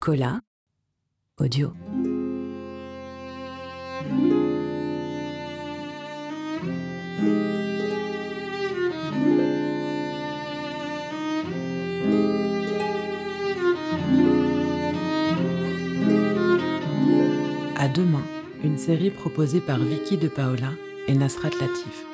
Cola, audio. À demain, une série proposée par Vicky de Paola et Nasrat Latif.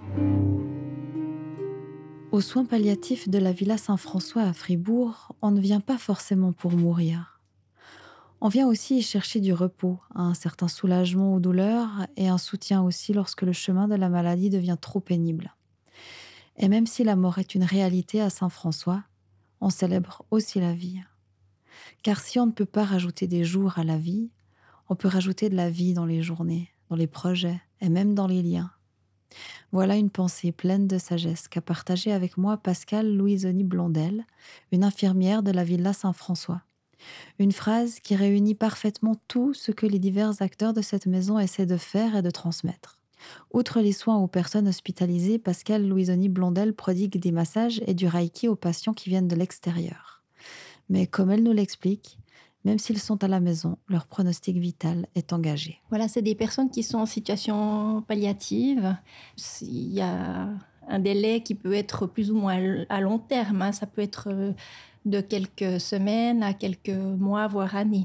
Aux soins palliatifs de la Villa Saint-François à Fribourg, on ne vient pas forcément pour mourir. On vient aussi y chercher du repos, un certain soulagement aux douleurs et un soutien aussi lorsque le chemin de la maladie devient trop pénible. Et même si la mort est une réalité à Saint-François, on célèbre aussi la vie. Car si on ne peut pas rajouter des jours à la vie, on peut rajouter de la vie dans les journées, dans les projets et même dans les liens. Voilà une pensée pleine de sagesse qu'a partagée avec moi Pascale Louisoni Blondel, une infirmière de la Villa Saint-François. Une phrase qui réunit parfaitement tout ce que les divers acteurs de cette maison essaient de faire et de transmettre. Outre les soins aux personnes hospitalisées, Pascale Louisoni Blondel prodigue des massages et du reiki aux patients qui viennent de l'extérieur. Mais comme elle nous l'explique, même s'ils sont à la maison, leur pronostic vital est engagé. Voilà, c'est des personnes qui sont en situation palliative. Il y a un délai qui peut être plus ou moins à long terme, hein. Ça peut être de quelques semaines à quelques mois, voire années.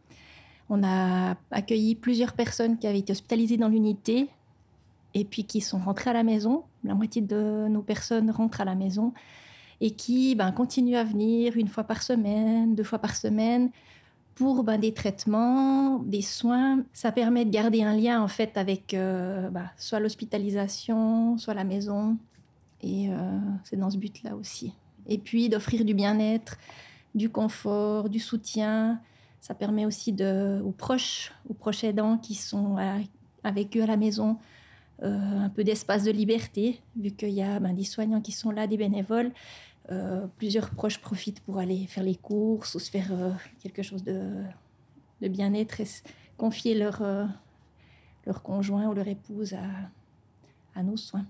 On a accueilli plusieurs personnes qui avaient été hospitalisées dans l'unité et puis qui sont rentrées à la maison. La moitié de nos personnes rentrent à la maison et qui continuent à venir une fois par semaine, 2 fois par semaine, pour des traitements, des soins. Ça permet de garder un lien en fait avec soit l'hospitalisation, soit la maison. Et c'est dans ce but-là aussi. Et puis d'offrir du bien-être, du confort, du soutien. Ça permet aussi aux proches aidants qui sont avec eux à la maison, un peu d'espace de liberté, vu qu'il y a des soignants qui sont là, des bénévoles. Plusieurs proches profitent pour aller faire les courses ou se faire quelque chose de bien-être et confier leur conjoint ou leur épouse à nos soins.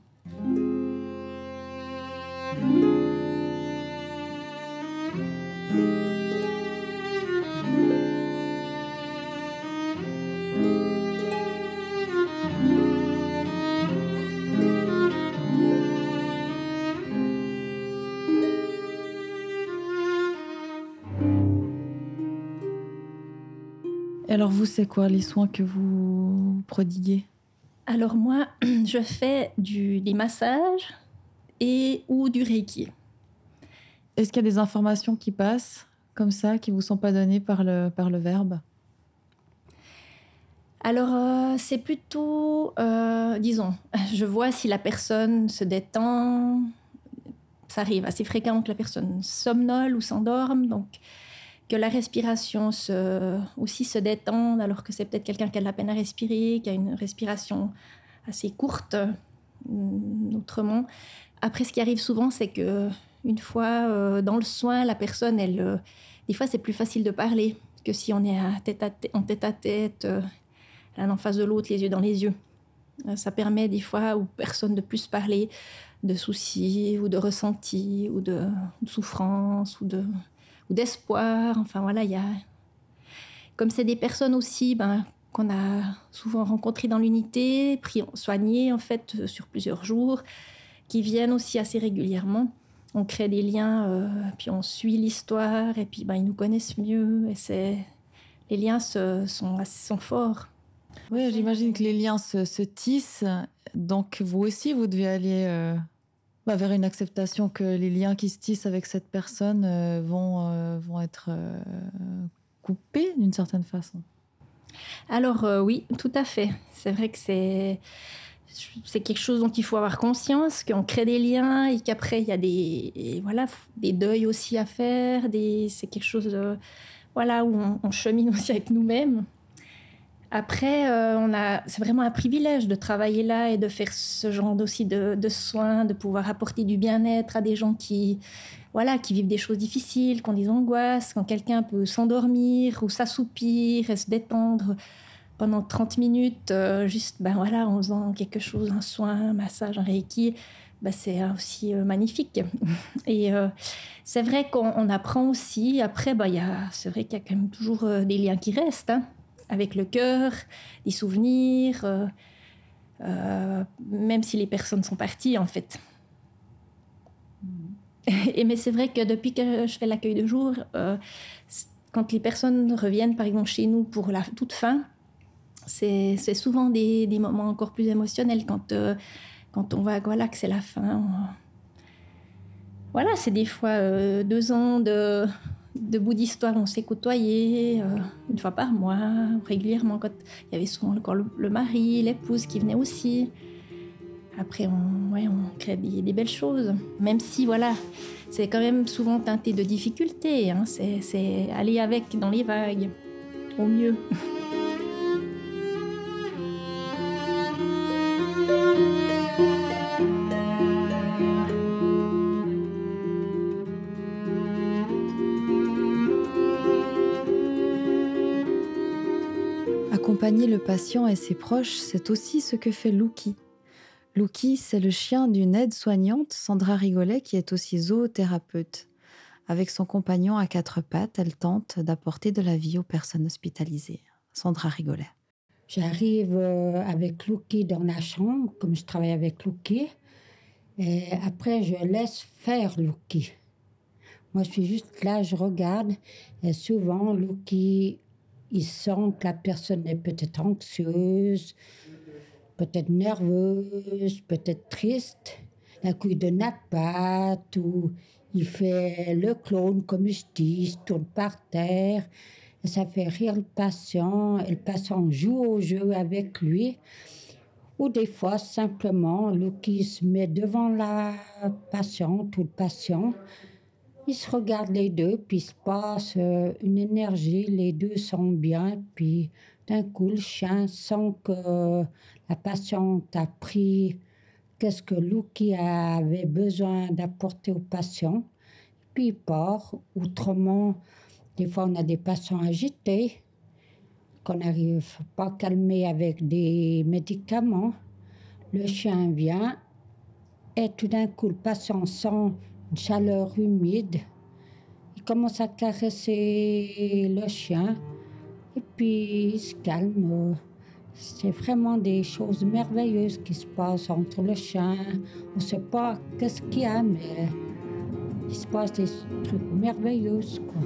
Et alors vous, c'est quoi les soins que vous prodiguez ? Alors moi, je fais des massages ou du reiki. Est-ce qu'il y a des informations qui passent comme ça, qui ne vous sont pas données par le verbe ? Alors, c'est plutôt, disons, je vois si la personne se détend. Ça arrive assez fréquemment que la personne somnole ou s'endorme, donc que la respiration aussi se détende, alors que c'est peut-être quelqu'un qui a de la peine à respirer, qui a une respiration assez courte, autrement. Après, ce qui arrive souvent, c'est que une fois dans le soin, la personne, des fois, c'est plus facile de parler que si on est en tête à tête, l'un en face de l'autre, les yeux dans les yeux. Ça permet des fois aux personnes de plus parler de soucis ou de ressentis ou de souffrance ou d'espoir. Enfin voilà, comme c'est des personnes aussi qu'on a souvent rencontrées dans l'unité, soignées en fait sur plusieurs jours, qui viennent aussi assez régulièrement. On crée des liens, puis on suit l'histoire et puis ils nous connaissent mieux et les liens sont forts. Oui, j'imagine que les liens se tissent. Donc, vous aussi, vous devez aller vers une acceptation que les liens qui se tissent avec cette personne vont être coupés d'une certaine façon. Alors, oui, tout à fait. C'est vrai que c'est quelque chose dont il faut avoir conscience, qu'on crée des liens et qu'après, il y a des deuils aussi à faire. C'est quelque chose où on chemine aussi avec nous-mêmes. Après, c'est vraiment un privilège de travailler là et de faire ce genre aussi de soins, de pouvoir apporter du bien-être à des gens qui vivent des choses difficiles, qui ont des angoisses, quand quelqu'un peut s'endormir ou s'assoupir et se détendre pendant 30 minutes, juste en faisant quelque chose, un soin, un massage, un reiki, c'est aussi magnifique. Et c'est vrai qu'on apprend aussi. Après, c'est vrai qu'il y a quand même toujours des liens qui restent, hein, avec le cœur, des souvenirs, même si les personnes sont parties, en fait. Mais c'est vrai que depuis que je fais l'accueil de jour, quand les personnes reviennent, par exemple, chez nous pour la toute fin, c'est souvent des moments encore plus émotionnels quand on voit que c'est la fin. Voilà, c'est des fois 2 ans de bout d'histoire, on s'est côtoyés une fois par mois, régulièrement. Quand il y avait souvent encore le mari, l'épouse qui venait aussi. Après, on crée des belles choses. Même si, c'est quand même souvent teinté de difficultés. Hein. C'est aller avec dans les vagues, au mieux. Accompagner le patient et ses proches, c'est aussi ce que fait Louki. Louki, c'est le chien d'une aide-soignante, Sandra Rigolet, qui est aussi zoothérapeute. Avec son compagnon à 4 pattes, elle tente d'apporter de la vie aux personnes hospitalisées. Sandra Rigolet. J'arrive avec Louki dans la chambre, comme je travaille avec Louki. Et après, je laisse faire Louki. Moi, je suis juste là, je regarde. Et souvent, Louki, il sent que la personne est peut-être anxieuse, peut-être nerveuse, peut-être triste. D'un coup, il donne la patte ou il fait le clown, comme je dis, il se tourne par terre. Et ça fait rire le patient. Et le patient joue au jeu avec lui. Ou des fois, simplement, Louki se met devant la patiente ou le patient. Ils se regardent les deux, puis il se passe une énergie, les deux sont bien, puis d'un coup, le chien sent que la patiente a pris qu'est-ce que Louki avait besoin d'apporter au patient, puis il part. Autrement, des fois, on a des patients agités qu'on n'arrive pas à calmer avec des médicaments. Le chien vient et tout d'un coup, le patient sent une chaleur humide. Il commence à caresser le chien et puis il se calme. C'est vraiment des choses merveilleuses qui se passent entre le chien. On ne sait pas qu'est-ce qu'il y a, mais il se passe des trucs merveilleux, quoi.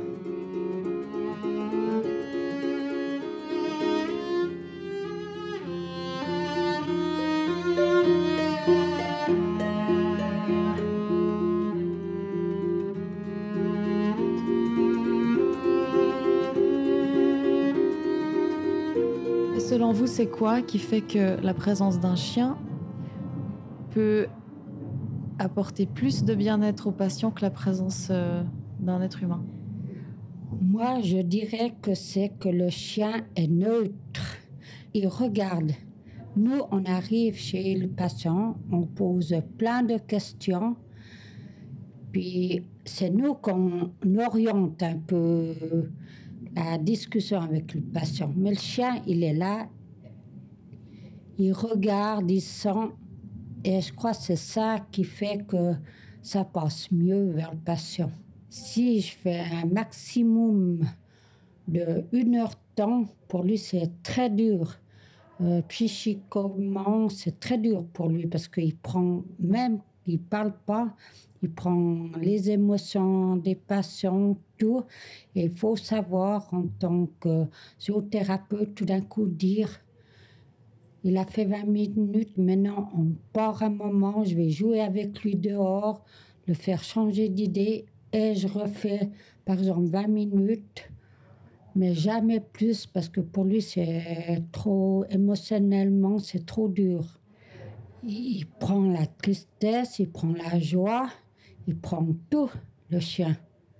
Selon vous, c'est quoi qui fait que la présence d'un chien peut apporter plus de bien-être aux patients que la présence d'un être humain? Moi, je dirais que c'est que le chien est neutre. Il regarde. Nous, on arrive chez le patient, on pose plein de questions, puis c'est nous qu'on oriente un peu la discussion avec le patient. Mais le chien, il est là, il regarde, il sent, et je crois que c'est ça qui fait que ça passe mieux vers le patient. Si je fais un maximum de 1 heure de temps, pour lui, c'est très dur. Psychiquement, c'est très dur pour lui parce qu'il prend, même il parle pas, il prend les émotions des patients, tout. Et il faut savoir, en tant que zoothérapeute, tout d'un coup dire, il a fait 20 minutes, maintenant on part un moment, je vais jouer avec lui dehors, le faire changer d'idée, et je refais, par exemple, 20 minutes, mais jamais plus, parce que pour lui, c'est trop, émotionnellement, c'est trop dur. Il prend la tristesse, il prend la joie, il prend tout, le chien.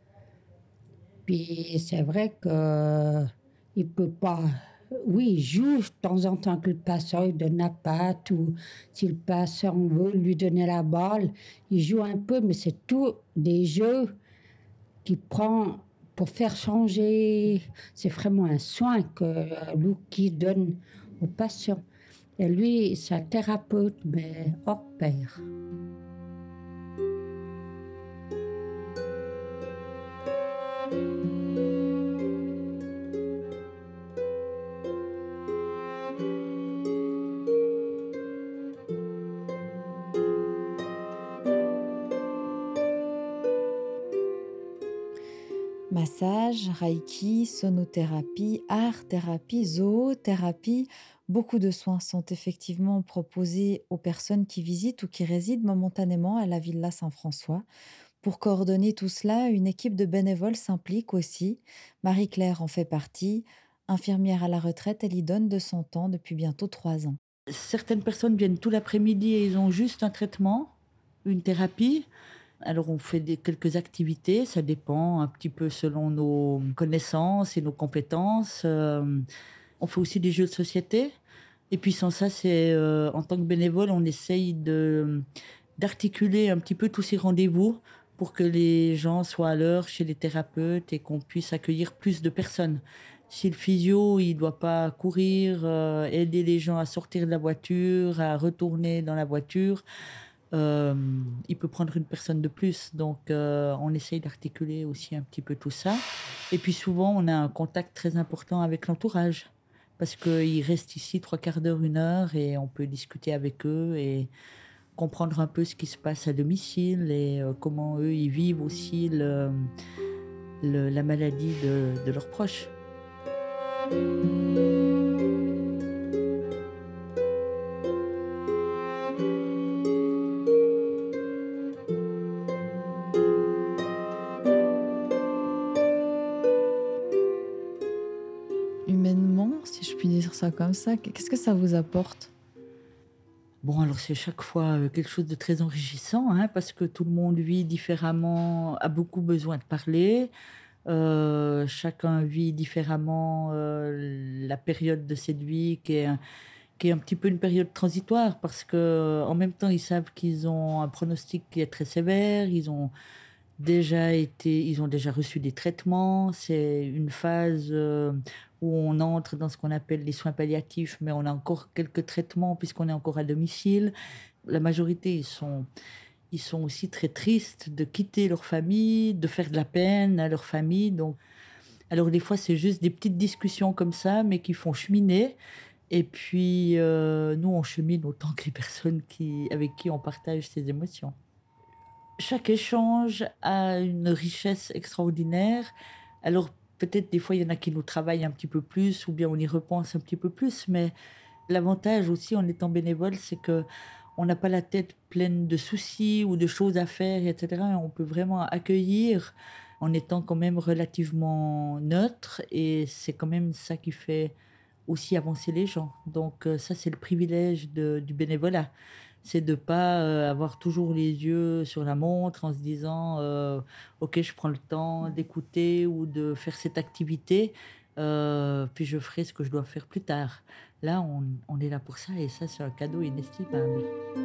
Puis c'est vrai qu'il ne peut pas... Oui, il joue de temps en temps que le patient, il donne la patte, ou si le patient veut lui donner la balle, il joue un peu, mais c'est tout des jeux qu'il prend pour faire changer. C'est vraiment un soin que Louki donne au patient. Et lui, c'est un thérapeute, mais hors pair. massage, reiki, sonothérapie, art-thérapie, zoothérapie. Beaucoup de soins sont effectivement proposés aux personnes qui visitent ou qui résident momentanément à la Villa Saint-François. Pour coordonner tout cela, une équipe de bénévoles s'implique aussi. Marie-Claire en fait partie. Infirmière à la retraite, elle y donne de son temps depuis bientôt 3 ans. Certaines personnes viennent tout l'après-midi et ils ont juste un traitement, une thérapie. Alors on fait quelques activités, ça dépend un petit peu selon nos connaissances et nos compétences. On fait aussi des jeux de société. Et puis sans ça, en tant que bénévole, on essaye d'articuler un petit peu tous ces rendez-vous pour que les gens soient à l'heure chez les thérapeutes et qu'on puisse accueillir plus de personnes. Si le physio, il doit pas courir, aider les gens à sortir de la voiture, à retourner dans la voiture, il peut prendre une personne de plus. Donc, on essaye d'articuler aussi un petit peu tout ça. Et puis souvent, on a un contact très important avec l'entourage parce qu'ils restent ici 3/4 d'heure, 1 heure et on peut discuter avec eux et comprendre un peu ce qui se passe à domicile et comment eux, ils vivent aussi la maladie de leurs proches. Humainement, si je puis dire ça comme ça, qu'est-ce que ça vous apporte? Bon, alors c'est chaque fois quelque chose de très enrichissant, hein, parce que tout le monde vit différemment, a beaucoup besoin de parler. Chacun vit différemment la période de cette vie qui est un petit peu une période transitoire parce que en même temps ils savent qu'ils ont un pronostic qui est très sévère, ils ont déjà reçu des traitements. C'est une phase où on entre dans ce qu'on appelle les soins palliatifs, mais on a encore quelques traitements puisqu'on est encore à domicile. La majorité, ils sont aussi très tristes de quitter leur famille, de faire de la peine à leur famille. Donc, alors des fois, c'est juste des petites discussions comme ça, mais qui font cheminer. Et puis, nous, on chemine autant que les personnes avec qui on partage ces émotions. Chaque échange a une richesse extraordinaire. Alors, peut-être des fois, il y en a qui nous travaillent un petit peu plus, ou bien on y repense un petit peu plus, mais l'avantage aussi en étant bénévole, c'est que on n'a pas la tête pleine de soucis ou de choses à faire, etc. On peut vraiment accueillir en étant quand même relativement neutre, et c'est quand même ça qui fait aussi avancer les gens. Donc ça, c'est le privilège du bénévolat. C'est de ne pas avoir toujours les yeux sur la montre en se disant ok, je prends le temps d'écouter ou de faire cette activité, puis je ferai ce que je dois faire plus tard. Là, on est là pour ça et ça, c'est un cadeau inestimable.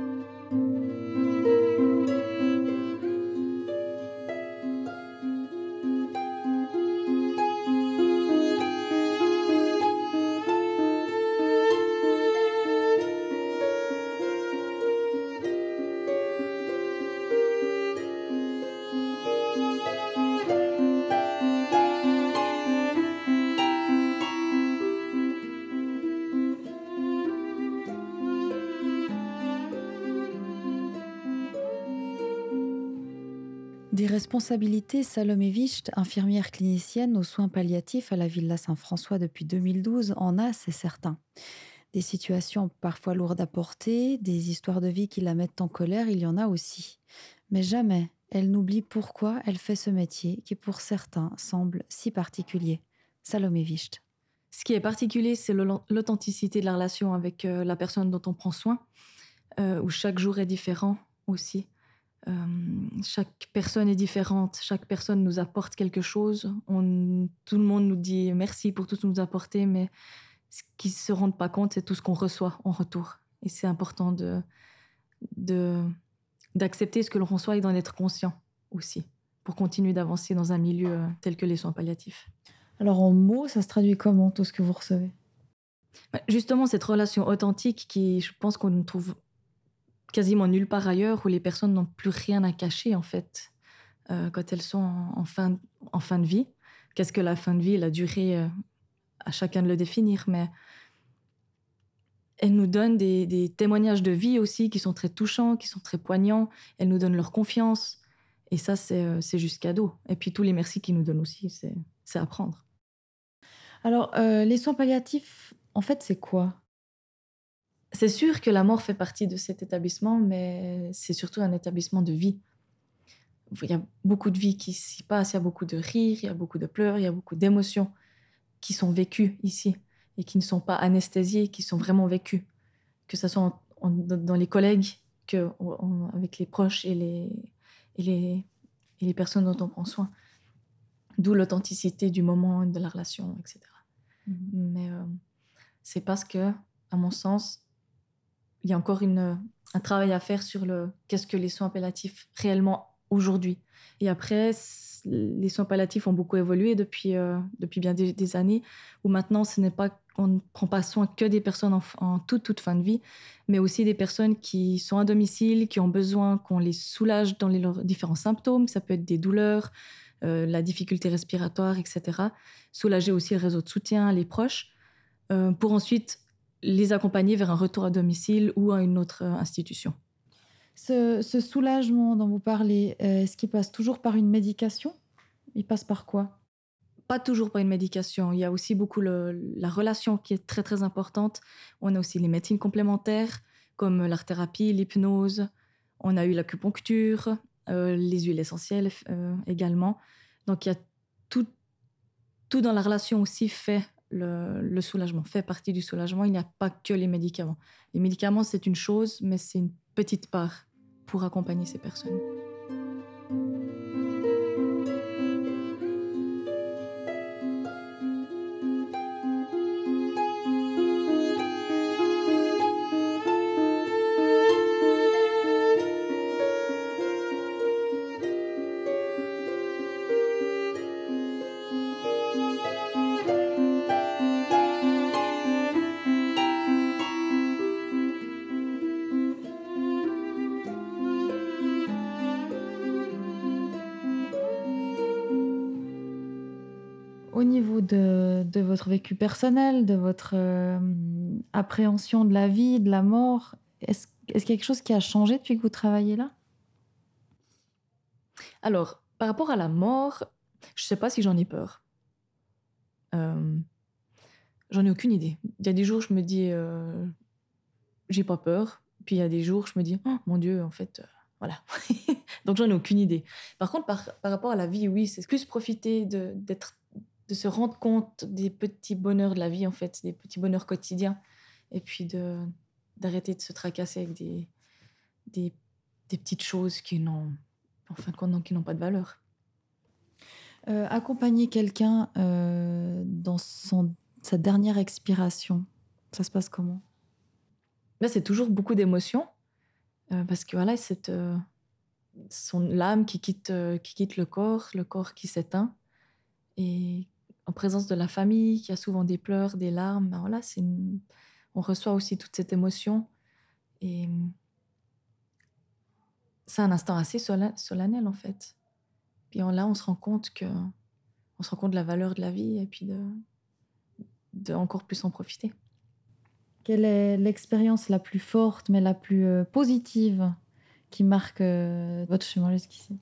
Des responsabilités, Salomé Wicht, infirmière clinicienne aux soins palliatifs à la Villa Saint-François depuis 2012, en a, c'est certain. Des situations parfois lourdes à porter, des histoires de vie qui la mettent en colère, il y en a aussi. Mais jamais elle n'oublie pourquoi elle fait ce métier qui, pour certains, semble si particulier. Salomé Wicht. Ce qui est particulier, c'est l'authenticité de la relation avec la personne dont on prend soin, où chaque jour est différent aussi. Chaque personne est différente, chaque personne nous apporte quelque chose. Tout le monde nous dit merci pour tout ce que nous apportez, mais ce qu'ils ne se rendent pas compte, c'est tout ce qu'on reçoit en retour. Et c'est important d'accepter ce que l'on reçoit et d'en être conscient aussi, pour continuer d'avancer dans un milieu tel que les soins palliatifs. Alors en mots, ça se traduit comment, tout ce que vous recevez? Justement, cette relation authentique qui, je pense qu'on ne trouve quasiment nulle part ailleurs, où les personnes n'ont plus rien à cacher, en fait, quand elles sont en fin de vie. Qu'est-ce que la fin de vie, la durée, à chacun de le définir, mais elles nous donnent des témoignages de vie aussi qui sont très touchants, qui sont très poignants. Elles nous donnent leur confiance. Et ça, c'est juste cadeau. Et puis tous les merci qu'ils nous donnent aussi, c'est à prendre. Alors, les soins palliatifs, en fait, c'est quoi? C'est sûr que la mort fait partie de cet établissement, mais c'est surtout un établissement de vie. Il y a beaucoup de vie qui s'y passe, il y a beaucoup de rires, il y a beaucoup de pleurs, il y a beaucoup d'émotions qui sont vécues ici et qui ne sont pas anesthésiées, qui sont vraiment vécues. Que ce soit dans les collègues, avec les proches et les personnes dont on prend soin. D'où l'authenticité du moment, de la relation, etc. Mais c'est parce que, à mon sens, il y a encore un travail à faire sur qu'est-ce que les soins palliatifs réellement aujourd'hui. Et après, les soins palliatifs ont beaucoup évolué depuis bien des années, où maintenant, on ne prend pas soin que des personnes en toute fin de vie, mais aussi des personnes qui sont à domicile, qui ont besoin qu'on les soulage dans leurs différents symptômes. Ça peut être des douleurs, la difficulté respiratoire, etc. Soulager aussi le réseau de soutien, les proches, pour ensuite les accompagner vers un retour à domicile ou à une autre institution. Ce soulagement dont vous parlez, est-ce qu'il passe toujours par une médication? Il passe par quoi? Pas toujours par une médication. Il y a aussi beaucoup la relation qui est très, très importante. On a aussi les médecines complémentaires, comme l'art-thérapie, l'hypnose. On a eu l'acupuncture, les huiles essentielles également. Donc, il y a tout dans la relation aussi fait le soulagement, fait partie du soulagement. Il n'y a pas que les médicaments. Les médicaments, c'est une chose, mais c'est une petite part pour accompagner ces personnes. Au niveau de votre vécu personnel, de votre appréhension de la vie, de la mort, est-ce qu'il y a quelque chose qui a changé depuis que vous travaillez là? Alors, par rapport à la mort, je ne sais pas si j'en ai peur. J'en ai aucune idée. Il y a des jours, je me dis, j'ai pas peur. Puis il y a des jours, je me dis, oh mon Dieu, en fait, voilà. Donc j'en ai aucune idée. Par contre, par rapport à la vie, oui, c'est plus profiter de se rendre compte des petits bonheurs de la vie, en fait, des petits bonheurs quotidiens. Et puis d'arrêter de se tracasser avec des petites choses qui n'ont pas de valeur. Accompagner quelqu'un dans sa dernière expiration, ça se passe comment? Là, c'est toujours beaucoup d'émotions, parce que voilà, c'est l'âme qui quitte le corps qui s'éteint. Et en présence de la famille, qui a souvent des pleurs, des larmes, ben voilà, on reçoit aussi toute cette émotion. Et c'est un instant assez solennel, en fait. Puis là, on se rend compte de la valeur de la vie et puis de encore plus en profiter. Quelle est l'expérience la plus forte, mais la plus positive qui marque votre chemin jusqu'ici?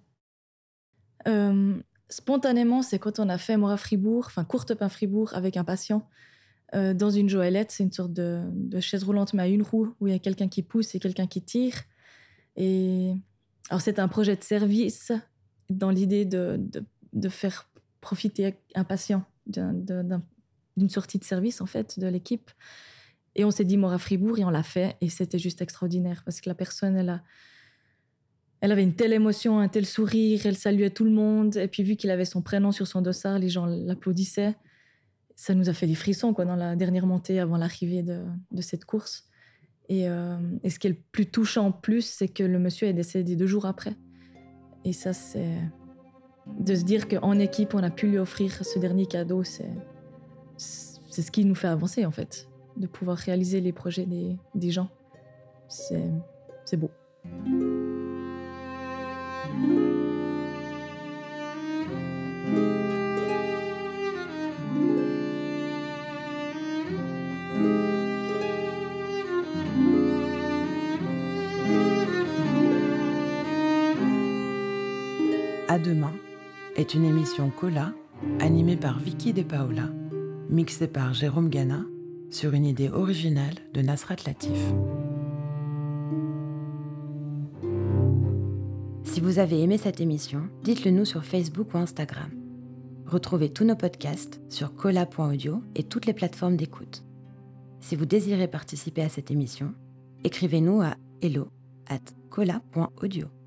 Spontanément, c'est quand on a fait Mora Fribourg, enfin Courtepin Fribourg, avec un patient dans une joëlette. C'est une sorte de chaise roulante, mais à une roue, où il y a quelqu'un qui pousse et quelqu'un qui tire. Et alors, c'est un projet de service dans l'idée de faire profiter un patient d'une sortie de service, en fait, de l'équipe. Et on s'est dit Mora Fribourg et on l'a fait. Et c'était juste extraordinaire parce que la personne, elle avait une telle émotion, un tel sourire, elle saluait tout le monde. Et puis, vu qu'il avait son prénom sur son dossard, les gens l'applaudissaient. Ça nous a fait des frissons, quoi, dans la dernière montée avant l'arrivée de cette course. Et ce qui est le plus touchant en plus, c'est que le monsieur est décédé 2 jours après. Et ça, c'est... De se dire qu'en équipe, on a pu lui offrir ce dernier cadeau, c'est ce qui nous fait avancer, en fait. De pouvoir réaliser les projets des gens. C'est beau. À demain est une émission Cola animé par Vicky de Paola, mixé par Jérôme Gana, sur une idée originale de Nasrat Latif. Si vous avez aimé cette émission, dites-le nous sur Facebook ou Instagram. Retrouvez tous nos podcasts sur cola.audio et toutes les plateformes d'écoute. Si vous désirez participer à cette émission, écrivez-nous à hello@cola.audio.